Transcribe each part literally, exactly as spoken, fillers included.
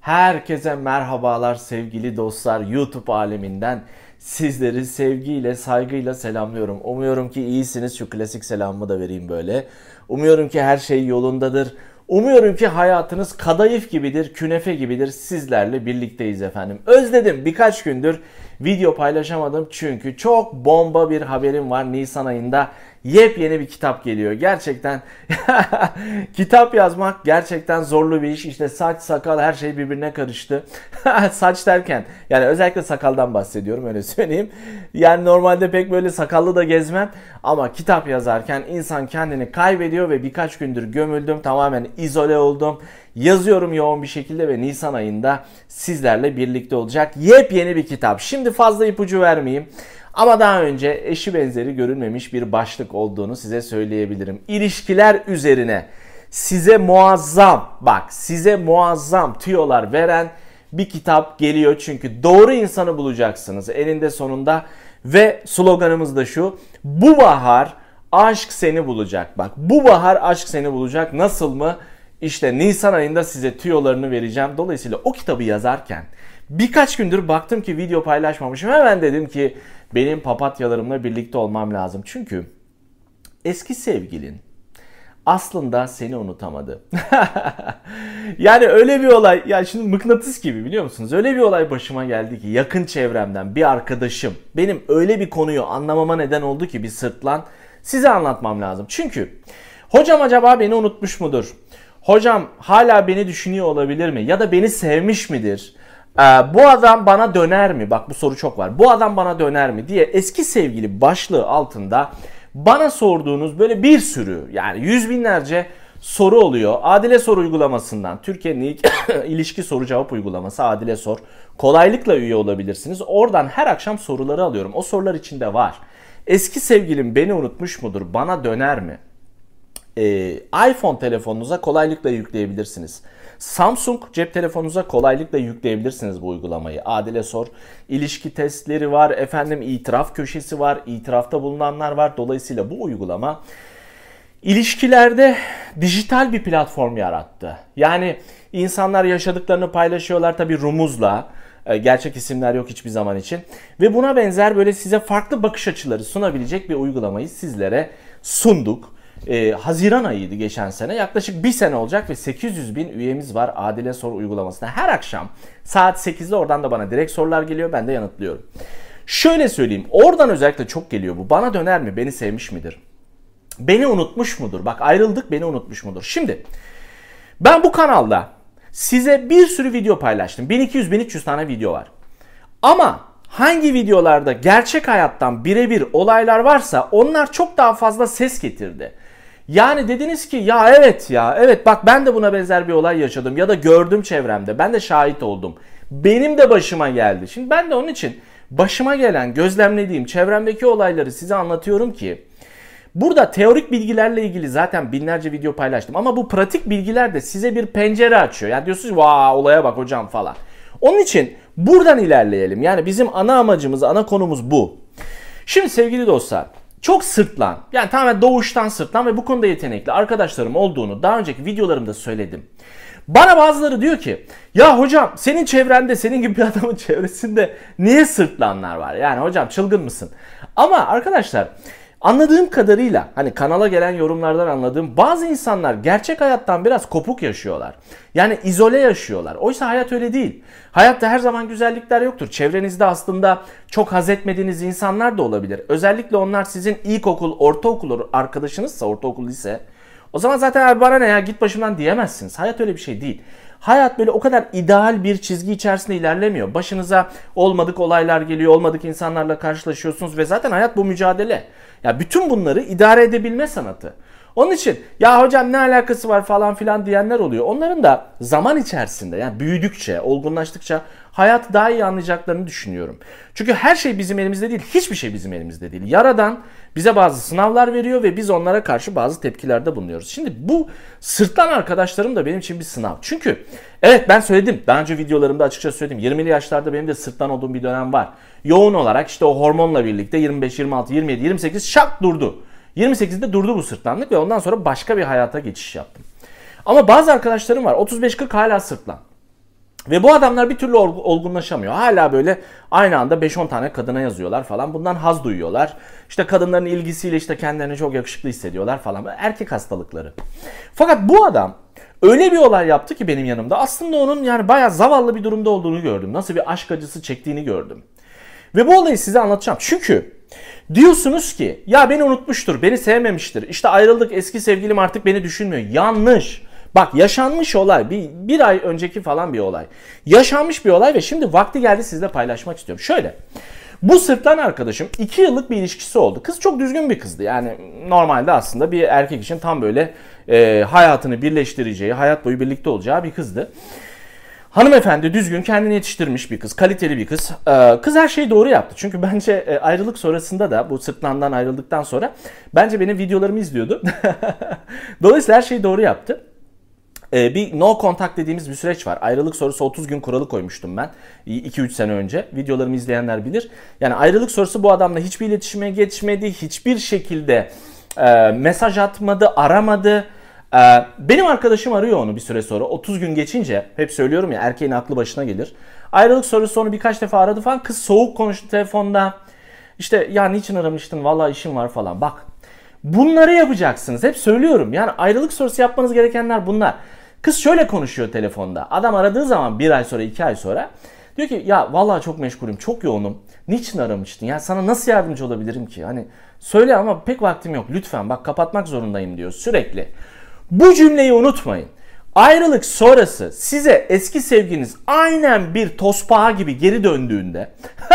Herkese merhabalar sevgili dostlar, YouTube aleminden sizleri sevgiyle, saygıyla selamlıyorum. Umuyorum ki iyisiniz. Şu klasik selamımı da vereyim böyle. Umuyorum ki her şey yolundadır. Umuyorum ki hayatınız kadayıf gibidir, künefe gibidir. Sizlerle birlikteyiz efendim. Özledim, birkaç gündür video paylaşamadım çünkü çok bomba bir haberim var. Nisan ayında yepyeni bir kitap geliyor. Gerçekten kitap yazmak gerçekten zorlu bir iş. İşte saç, sakal, her şey birbirine karıştı. Saç derken yani özellikle sakaldan bahsediyorum, öyle söyleyeyim. Yani normalde pek böyle sakallı da gezmem ama kitap yazarken insan kendini kaybediyor ve birkaç gündür gömüldüm. Tamamen izole oldum. Yazıyorum yoğun bir şekilde ve Nisan ayında sizlerle birlikte olacak yepyeni bir kitap. Şimdi fazla ipucu vermeyeyim. Ama daha önce eşi benzeri görülmemiş bir başlık olduğunu size söyleyebilirim. İlişkiler üzerine size muazzam, bak size muazzam tüyolar veren bir kitap geliyor. Çünkü doğru insanı bulacaksınız eninde sonunda ve sloganımız da şu: bu bahar aşk seni bulacak. Bak, bu bahar aşk seni bulacak. Nasıl mı? İşte Nisan ayında size tüyolarını vereceğim. Dolayısıyla o kitabı yazarken birkaç gündür baktım ki video paylaşmamışım. Hemen dedim ki benim papatyalarımla birlikte olmam lazım. Çünkü eski sevgilin aslında seni unutamadı. Yani öyle bir olay, ya şimdi mıknatıs gibi, biliyor musunuz? Öyle bir olay başıma geldi ki yakın çevremden bir arkadaşım benim öyle bir konuyu anlamama neden oldu ki bir sırtlan. Size anlatmam lazım. Çünkü hocam acaba beni unutmuş mudur? Hocam hala beni düşünüyor olabilir mi? Ya da beni sevmiş midir? Ee, bu adam bana döner mi? Bak, bu soru çok var. Bu adam bana döner mi diye eski sevgili başlığı altında bana sorduğunuz böyle bir sürü, yani yüz binlerce soru oluyor. Adile Sor uygulamasından, Türkiye'nin ilk ilişki soru cevap uygulaması Adile Sor. Kolaylıkla üye olabilirsiniz. Oradan her akşam soruları alıyorum. O sorular içinde var. Eski sevgilim beni unutmuş mudur? Bana döner mi? Ee, iPhone telefonunuza kolaylıkla yükleyebilirsiniz. Samsung cep telefonunuza kolaylıkla yükleyebilirsiniz bu uygulamayı. Adile Sor. İlişki testleri var, efendim itiraf köşesi var, itirafta bulunanlar var. Dolayısıyla bu uygulama ilişkilerde dijital bir platform yarattı. Yani insanlar yaşadıklarını paylaşıyorlar tabii rumuzla. Gerçek isimler yok hiçbir zaman için. Ve buna benzer böyle size farklı bakış açıları sunabilecek bir uygulamayı sizlere sunduk. Ee, Haziran ayıydı geçen sene. Yaklaşık bir sene olacak ve sekiz yüz bin üyemiz var Adile Sor uygulamasında. Her akşam saat sekizde oradan da bana direkt sorular geliyor. Ben de yanıtlıyorum. Şöyle söyleyeyim. Oradan özellikle çok geliyor bu. Bana döner mi? Beni sevmiş midir? Beni unutmuş mudur? Bak, ayrıldık, beni unutmuş mudur? Şimdi ben bu kanalda size bir sürü video paylaştım. bin iki yüz bin üç yüz tane video var. Ama hangi videolarda gerçek hayattan birebir olaylar varsa onlar çok daha fazla ses getirdi. Yani dediniz ki ya evet ya evet bak ben de buna benzer bir olay yaşadım ya da gördüm çevremde, ben de şahit oldum. Benim de başıma geldi. Şimdi ben de onun için başıma gelen, gözlemlediğim çevremdeki olayları size anlatıyorum ki burada teorik bilgilerle ilgili zaten binlerce video paylaştım ama bu pratik bilgiler de size bir pencere açıyor. Yani diyorsunuz vaa olaya bak hocam falan. Onun için buradan ilerleyelim. Yani bizim ana amacımız, ana konumuz bu. Şimdi sevgili dostlar, çok sırtlan, yani tamamen doğuştan sırtlan ve bu konuda yetenekli arkadaşlarım olduğunu daha önceki videolarımda söyledim. Bana bazıları diyor ki ya hocam senin çevrende, senin gibi bir adamın çevresinde niye sırtlanlar var? Yani hocam çılgın mısın? Ama arkadaşlar, anladığım kadarıyla, hani kanala gelen yorumlardan anladığım, bazı insanlar gerçek hayattan biraz kopuk yaşıyorlar. Yani izole yaşıyorlar. Oysa hayat öyle değil. Hayatta her zaman güzellikler yoktur. Çevrenizde aslında çok haz etmediğiniz insanlar da olabilir. Özellikle onlar sizin ilkokul, ortaokul arkadaşınızsa, ortaokul ise, o zaman zaten abi bana ne ya git başımdan diyemezsiniz. Hayat öyle bir şey değil. Hayat böyle o kadar ideal bir çizgi içerisinde ilerlemiyor. Başınıza olmadık olaylar geliyor, olmadık insanlarla karşılaşıyorsunuz ve zaten hayat bu mücadele. Ya bütün bunları idare edebilme sanatı. Onun için ya hocam ne alakası var falan filan diyenler oluyor. Onların da zaman içerisinde, yani büyüdükçe, olgunlaştıkça hayatı daha iyi anlayacaklarını düşünüyorum. Çünkü her şey bizim elimizde değil, hiçbir şey bizim elimizde değil. Yaradan bize bazı sınavlar veriyor ve biz onlara karşı bazı tepkilerde bulunuyoruz. Şimdi bu sırtlan arkadaşlarım da benim için bir sınav. Çünkü evet, ben söyledim, daha önce videolarımda açıkça söyledim. yirmili yaşlarda benim de sırtlan olduğum bir dönem var. Yoğun olarak işte o hormonla birlikte yirmi beş, yirmi altı, yirmi yedi, yirmi sekiz şak durdu. yirmi sekizde durdu bu sırtlanlık ve ondan sonra başka bir hayata geçiş yaptım. Ama bazı arkadaşlarım var, otuz beş kırk hala sırtlan. Ve bu adamlar bir türlü olgunlaşamıyor. Hala böyle aynı anda beş on tane kadına yazıyorlar falan. Bundan haz duyuyorlar. İşte kadınların ilgisiyle işte kendilerini çok yakışıklı hissediyorlar falan. Erkek hastalıkları. Fakat bu adam öyle bir olay yaptı ki benim yanımda. Aslında onun yani bayağı zavallı bir durumda olduğunu gördüm. Nasıl bir aşk acısı çektiğini gördüm. Ve bu olayı size anlatacağım. Çünkü diyorsunuz ki ya beni unutmuştur, beni sevmemiştir. İşte ayrıldık, eski sevgilim artık beni düşünmüyor. Yanlış. Bak yaşanmış olay, bir, bir ay önceki falan bir olay. Yaşanmış bir olay ve şimdi vakti geldi sizle paylaşmak istiyorum. Şöyle, bu sırtlan arkadaşım iki yıllık bir ilişkisi oldu. Kız çok düzgün bir kızdı. Yani normalde aslında bir erkek için tam böyle e, hayatını birleştireceği, hayat boyu birlikte olacağı bir kızdı. Hanımefendi düzgün, kendini yetiştirmiş bir kız, kaliteli bir kız. Ee, kız her şeyi doğru yaptı. Çünkü bence e, ayrılık sonrasında da bu sırtlandan ayrıldıktan sonra bence benim videolarımı izliyordu. Dolayısıyla her şeyi doğru yaptı. Ee, bir no contact dediğimiz bir süreç var. Ayrılık sonrası otuz gün kuralı koymuştum ben iki üç sene önce. Videolarımı izleyenler bilir. Yani ayrılık sonrası bu adamla hiçbir iletişime geçmedi. Hiçbir şekilde e, mesaj atmadı, aramadı. Benim arkadaşım arıyor onu bir süre sonra. otuz gün geçince, hep söylüyorum ya, erkeğin aklı başına gelir. Ayrılık sonrası onu birkaç defa aradı falan. Kız soğuk konuştu telefonda. İşte ya niçin aramıştın, vallahi işim var falan. Bak, bunları yapacaksınız. Hep söylüyorum yani, ayrılık sonrası yapmanız gerekenler bunlar. Kız şöyle konuşuyor telefonda. Adam aradığı zaman bir ay sonra, iki ay sonra diyor ki ya vallahi çok meşgulüm, çok yoğunum. Niçin aramıştın? Ya sana nasıl yardımcı olabilirim ki? Hani söyle ama pek vaktim yok. Lütfen bak, kapatmak zorundayım diyor sürekli. Bu cümleyi unutmayın. Ayrılık sonrası size eski sevginiz aynen bir tosbağa gibi geri döndüğünde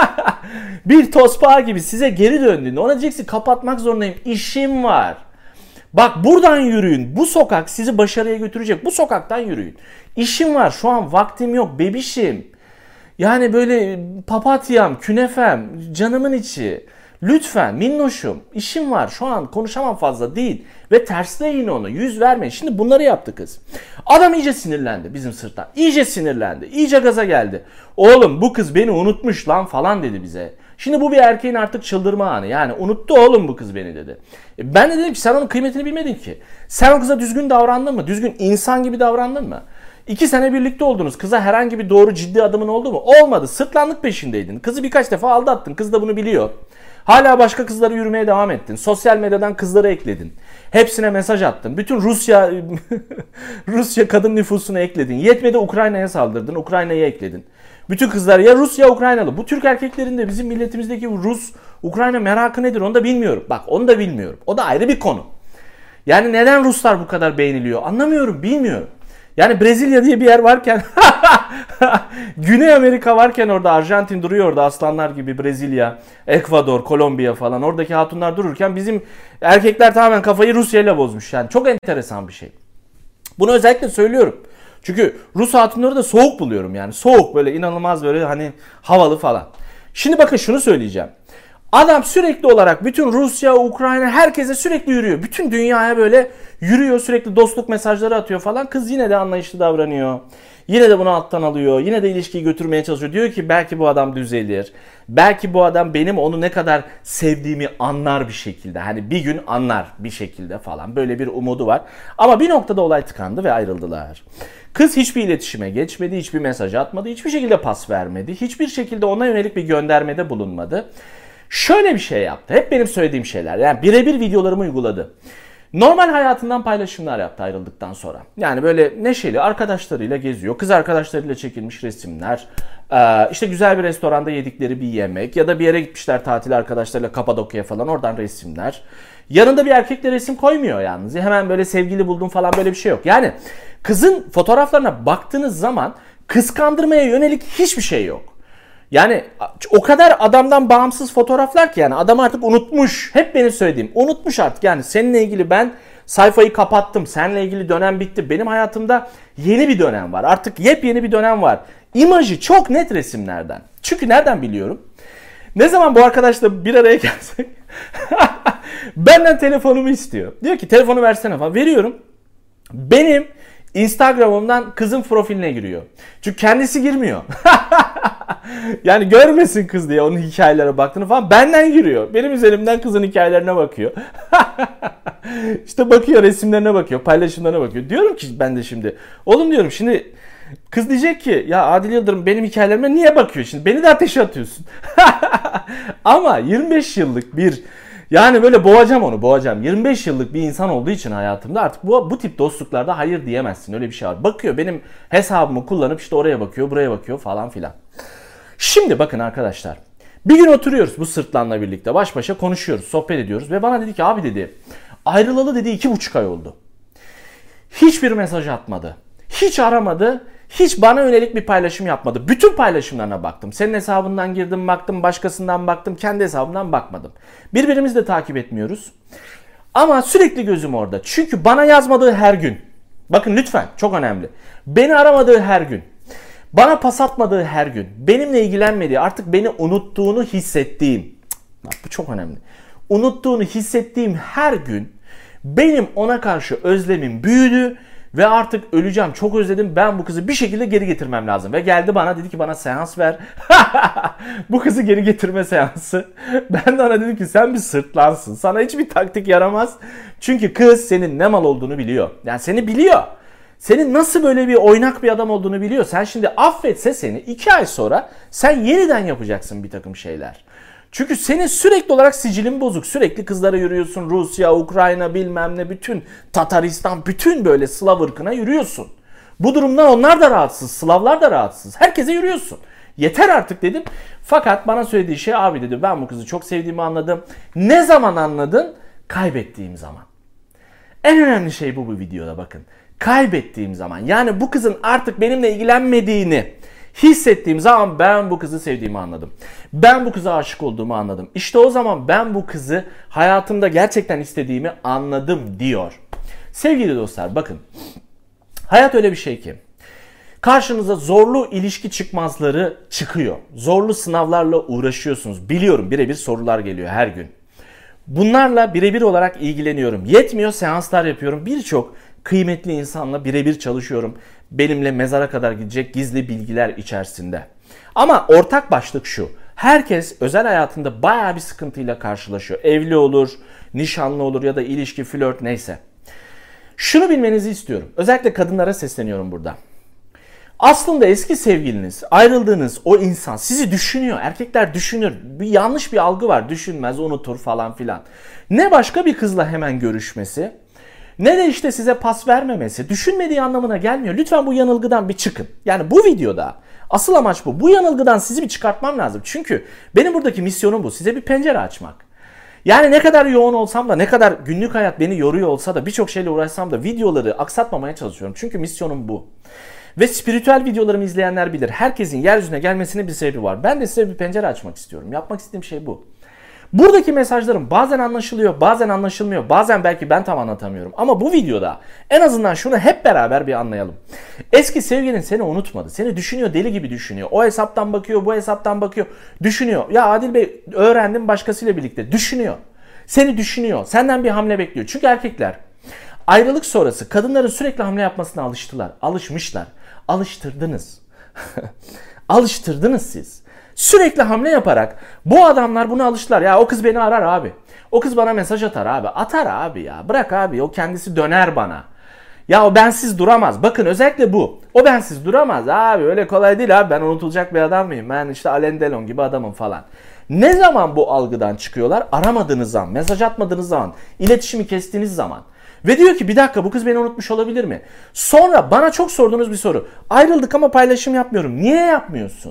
bir tosbağa gibi size geri döndüğünde ona diyeceksin kapatmak zorundayım, işim var. Bak buradan yürüyün. Bu sokak sizi başarıya götürecek. Bu sokaktan yürüyün. İşim var, şu an vaktim yok bebişim. Yani böyle papatyam, künefem, canımın içi. Lütfen minnoşum, işim var, şu an konuşamam fazla değil. Ve tersleyin onu, yüz vermeyin. Şimdi bunları yaptı kız. Adam iyice sinirlendi bizim sırttan. İyice sinirlendi, iyice gaza geldi. Oğlum bu kız beni unutmuş lan falan dedi bize. Şimdi bu bir erkeğin artık çıldırma anı. Yani unuttu oğlum bu kız beni dedi. E ben de dedim ki sen onun kıymetini bilmedin ki. Sen o kıza düzgün davrandın mı? Düzgün insan gibi davrandın mı? İki sene birlikte oldunuz. Kıza herhangi bir doğru ciddi adımın oldu mu? Olmadı. Sırtlanlık peşindeydin. Kızı birkaç defa aldattın. Kız da bunu biliyor. Hala başka kızları yürümeye devam ettin. Sosyal medyadan kızları ekledin. Hepsine mesaj attın. Bütün Rusya Rusya kadın nüfusunu ekledin. Yetmedi, Ukrayna'ya saldırdın. Ukrayna'yı ekledin. Bütün kızlar ya Rus ya Ukraynalı. Bu Türk erkeklerin de bizim milletimizdeki Rus, Ukrayna merakı nedir onu da bilmiyorum. Bak onu da bilmiyorum. O da ayrı bir konu. Yani neden Ruslar bu kadar beğeniliyor? Anlamıyorum, bilmiyorum. Yani Brezilya diye bir yer varken Güney Amerika varken orada Arjantin duruyor orada aslanlar gibi, Brezilya, Ekvador, Kolombiya falan, oradaki hatunlar dururken bizim erkekler tamamen kafayı Rusya ile bozmuş. Yani çok enteresan bir şey. Bunu özellikle söylüyorum. Çünkü Rus hatunları da soğuk buluyorum yani. Soğuk, böyle inanılmaz, böyle hani havalı falan. Şimdi bakın şunu söyleyeceğim. Adam sürekli olarak bütün Rusya, Ukrayna, herkese sürekli yürüyor. Bütün dünyaya böyle yürüyor, sürekli dostluk mesajları atıyor falan. Kız yine de anlayışlı davranıyor. Yine de bunu alttan alıyor. Yine de ilişkiyi götürmeye çalışıyor. Diyor ki belki bu adam düzelir. Belki bu adam benim onu ne kadar sevdiğimi anlar bir şekilde. Hani bir gün anlar bir şekilde falan. Böyle bir umudu var. Ama bir noktada olay tıkandı ve ayrıldılar. Kız hiçbir iletişime geçmedi, hiçbir mesaj atmadı, hiçbir şekilde pas vermedi. Hiçbir şekilde ona yönelik bir göndermede bulunmadı. Şöyle bir şey yaptı. Hep benim söylediğim şeyler. Yani birebir videolarımı uyguladı. Normal hayatından paylaşımlar yaptı ayrıldıktan sonra. Yani böyle neşeli arkadaşlarıyla geziyor. Kız arkadaşlarıyla çekilmiş resimler. İşte güzel bir restoranda yedikleri bir yemek. Ya da bir yere gitmişler tatil arkadaşlarıyla, Kapadokya'ya falan, oradan resimler. Yanında bir erkekle resim koymuyor yalnız. Hemen böyle sevgili buldum falan, böyle bir şey yok. Yani kızın fotoğraflarına baktığınız zaman kıskandırmaya yönelik hiçbir şey yok. Yani o kadar adamdan bağımsız fotoğraflar ki yani adam artık unutmuş. Hep benim söylediğim, unutmuş artık. Yani seninle ilgili ben sayfayı kapattım. Seninle ilgili dönem bitti. Benim hayatımda yeni bir dönem var. Artık yepyeni bir dönem var. İmajı çok net resimlerden. Çünkü nereden biliyorum? Ne zaman bu arkadaşla bir araya gelsek benden telefonumu istiyor. Diyor ki telefonu versene falan. Veriyorum. Benim Instagram'ımdan kızın profiline giriyor. Çünkü kendisi girmiyor. Yani görmesin kız diye onun hikayelere baktığını falan, benden giriyor. Benim üzerimden kızın hikayelerine bakıyor. İşte bakıyor, resimlerine bakıyor, paylaşımlarına bakıyor. Diyorum ki ben de şimdi, oğlum diyorum, şimdi Kız diyecek ki ya Adil Yıldırım benim hikayelerime niye bakıyor şimdi? Beni de ateşe atıyorsun. Ama yirmi beş yıllık bir, yani böyle boğacağım onu boğacağım. yirmi beş yıllık bir insan olduğu için hayatımda artık bu, bu tip dostluklarda hayır diyemezsin. Öyle bir şey var. Bakıyor benim hesabımı kullanıp işte oraya bakıyor, buraya bakıyor falan filan. Şimdi bakın arkadaşlar. Bir gün oturuyoruz bu sırtlanla birlikte. Baş başa konuşuyoruz, sohbet ediyoruz. Ve bana dedi ki abi dedi ayrılalı dedi iki buçuk ay oldu. Hiçbir mesaj atmadı. Hiç aramadı. Hiç bana yönelik bir paylaşım yapmadı. Bütün paylaşımlarına baktım. Senin hesabından girdim baktım, başkasından baktım, kendi hesabımdan bakmadım. Birbirimizi de takip etmiyoruz. Ama sürekli gözüm orada. Çünkü bana yazmadığı her gün. Bakın lütfen çok önemli. Beni aramadığı her gün. Bana pas atmadığı her gün. Benimle ilgilenmediği, artık beni unuttuğunu hissettiğim. Bak bu çok önemli. Unuttuğunu hissettiğim her gün benim ona karşı özlemim büyüdü. Ve artık öleceğim, çok özledim, ben bu kızı bir şekilde geri getirmem lazım. Ve geldi bana dedi ki bana seans ver. Bu kızı geri getirme seansı. Ben de ona dedim ki sen bir sırtlansın. Sana hiçbir taktik yaramaz. Çünkü kız senin ne mal olduğunu biliyor. Yani seni biliyor. Senin nasıl böyle bir oynak bir adam olduğunu biliyor. Sen şimdi affetse seni iki ay sonra sen yeniden yapacaksın bir takım şeyler. Çünkü senin sürekli olarak sicilin bozuk. Sürekli kızlara yürüyorsun. Rusya, Ukrayna bilmem ne, bütün Tataristan, bütün böyle Slav ırkına yürüyorsun. Bu durumdan onlar da rahatsız. Slavlar da rahatsız. Herkese yürüyorsun. Yeter artık dedim. Fakat bana söylediği şey abi dedi ben bu kızı çok sevdiğimi anladım. Ne zaman anladın? Kaybettiğim zaman. En önemli şey bu bu videoda bakın. Kaybettiğim zaman. Yani bu kızın artık benimle ilgilenmediğini hissettiğim zaman ben bu kızı sevdiğimi anladım. Ben bu kıza aşık olduğumu anladım. İşte o zaman ben bu kızı hayatımda gerçekten istediğimi anladım diyor. Sevgili dostlar bakın. Hayat öyle bir şey ki. Karşınıza zorlu ilişki çıkmazları çıkıyor. Zorlu sınavlarla uğraşıyorsunuz. Biliyorum birebir sorular geliyor her gün. Bunlarla birebir olarak ilgileniyorum. Yetmiyor seanslar yapıyorum. Birçok kıymetli insanla birebir çalışıyorum. Benimle mezara kadar gidecek gizli bilgiler içerisinde. Ama ortak başlık şu. Herkes özel hayatında bayağı bir sıkıntıyla karşılaşıyor. Evli olur, nişanlı olur ya da ilişki, flört neyse. Şunu bilmenizi istiyorum. Özellikle kadınlara sesleniyorum burada. Aslında eski sevgiliniz, ayrıldığınız o insan sizi düşünüyor. Erkekler düşünür. Bir yanlış bir algı var. Düşünmez, unutur falan filan. Ne başka bir kızla hemen görüşmesi, ne de işte size pas vermemesi düşünmediği anlamına gelmiyor. Lütfen bu yanılgıdan bir çıkın. Yani bu videoda asıl amaç bu. Bu yanılgıdan sizi bir çıkartmam lazım. Çünkü benim buradaki misyonum bu. Size bir pencere açmak. Yani ne kadar yoğun olsam da, ne kadar günlük hayat beni yoruyor olsa da, birçok şeyle uğraşsam da videoları aksatmamaya çalışıyorum. Çünkü misyonum bu. Ve spiritüel videolarımı izleyenler bilir. Herkesin yeryüzüne gelmesinin bir sebebi var. Ben de size bir pencere açmak istiyorum. Yapmak istediğim şey bu. Buradaki mesajlarım bazen anlaşılıyor, bazen anlaşılmıyor, bazen belki ben tam anlatamıyorum. Ama bu videoda en azından şunu hep beraber bir anlayalım. Eski sevgilin seni unutmadı, seni düşünüyor, deli gibi düşünüyor. O hesaptan bakıyor, bu hesaptan bakıyor, düşünüyor. Ya Adil Bey öğrendim başkasıyla birlikte, düşünüyor. Seni düşünüyor, senden bir hamle bekliyor. Çünkü erkekler ayrılık sonrası kadınların sürekli hamle yapmasına alıştılar, alışmışlar. Alıştırdınız. Alıştırdınız siz. Sürekli hamle yaparak bu adamlar buna alıştılar. Ya o kız beni arar abi. O kız bana mesaj atar abi. Atar abi ya. Bırak abi, o kendisi döner bana. Ya o bensiz duramaz. Bakın özellikle bu. O bensiz duramaz abi. Öyle kolay değil abi. Ben unutulacak bir adam mıyım? Ben işte Alain Delon gibi adamım falan. Ne zaman bu algıdan çıkıyorlar? Aramadığınız zaman, mesaj atmadığınız zaman, iletişimi kestiğiniz zaman. Ve diyor ki bir dakika, bu kız beni unutmuş olabilir mi? Sonra bana çok sorduğunuz bir soru. Ayrıldık ama paylaşım yapmıyorum. Niye yapmıyorsun?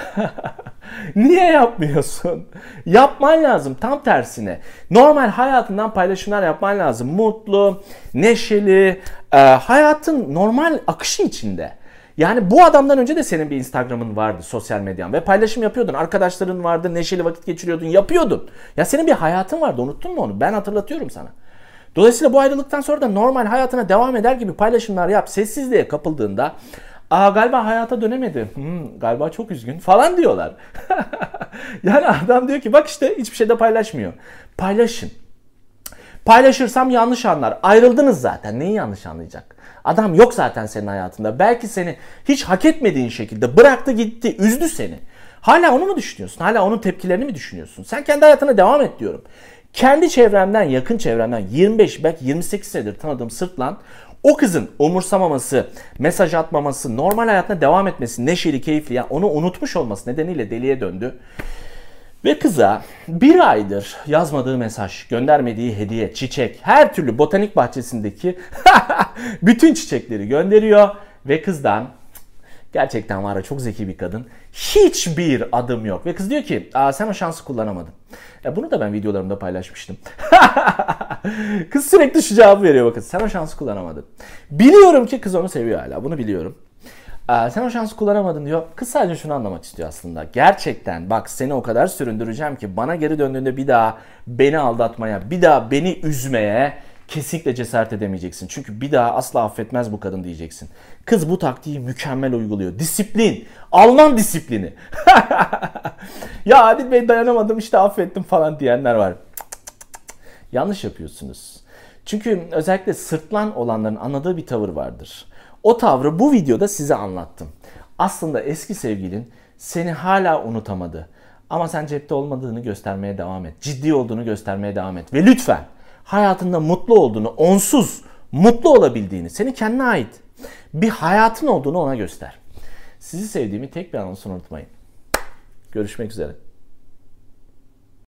Niye yapmıyorsun? Yapman lazım, tam tersine. Normal hayatından paylaşımlar yapman lazım. Mutlu, neşeli, e, hayatın normal akışı içinde. Yani bu adamdan önce de senin bir Instagram'ın vardı, sosyal medyan, ve paylaşım yapıyordun. Arkadaşların vardı, neşeli vakit geçiriyordun, yapıyordun. Ya senin bir hayatın vardı, unuttun mu onu? Ben hatırlatıyorum sana. Dolayısıyla bu ayrılıktan sonra da normal hayatına devam eder gibi paylaşımlar yap. Sessizliğe kapıldığında aa galiba hayata dönemedi, hmm, galiba çok üzgün falan diyorlar. Yani adam diyor ki bak işte hiçbir şeyde paylaşmıyor. Paylaşın. Paylaşırsam yanlış anlar. Ayrıldınız zaten. Neyi yanlış anlayacak? Adam yok zaten senin hayatında. Belki seni hiç hak etmediğin şekilde bıraktı gitti. Üzdü seni. Hala onu mu düşünüyorsun? Hala onun tepkilerini mi düşünüyorsun? Sen kendi hayatına devam et diyorum. Kendi çevremden, yakın çevremden yirmi beş belki yirmi sekiz senedir tanıdığım sırtlan O kızın umursamaması, mesaj atmaması, normal hayatına devam etmesi, neşeli, keyifli, yani onu unutmuş olması nedeniyle deliye döndü. Ve kıza bir aydır yazmadığı mesaj, göndermediği hediye, çiçek, her türlü botanik bahçesindeki bütün çiçekleri gönderiyor. Ve kızdan, gerçekten var ya, çok zeki bir kadın, hiçbir adım yok. Ve kız diyor ki, Aa, sen o şansı kullanamadın. Ya bunu da ben videolarımda paylaşmıştım. Kız sürekli şu cevabı veriyor, bakın. Sen o şansı kullanamadın. Biliyorum ki kız onu seviyor hala. Bunu biliyorum. Aa, sen o şansı kullanamadın diyor. Kız sadece şunu anlamak istiyor aslında. Gerçekten bak, seni o kadar süründüreceğim ki bana geri döndüğünde bir daha beni aldatmaya, bir daha beni üzmeye kesinlikle cesaret edemeyeceksin. Çünkü bir daha asla affetmez bu kadın diyeceksin. Kız bu taktiği mükemmel uyguluyor. Disiplin. Alman disiplini. Ya Adil Bey, dayanamadım işte affettim falan diyenler var. Yanlış yapıyorsunuz. Çünkü özellikle sırtlan olanların anladığı bir tavır vardır. O tavrı bu videoda size anlattım. Aslında eski sevgilin seni hala unutamadı. Ama sen cepte olmadığını göstermeye devam et. Ciddi olduğunu göstermeye devam et. Ve lütfen hayatında mutlu olduğunu, onsuz mutlu olabildiğini, seni kendine ait bir hayatın olduğunu ona göster. Sizi sevdiğimi tek bir anonsunu unutmayın. Görüşmek üzere.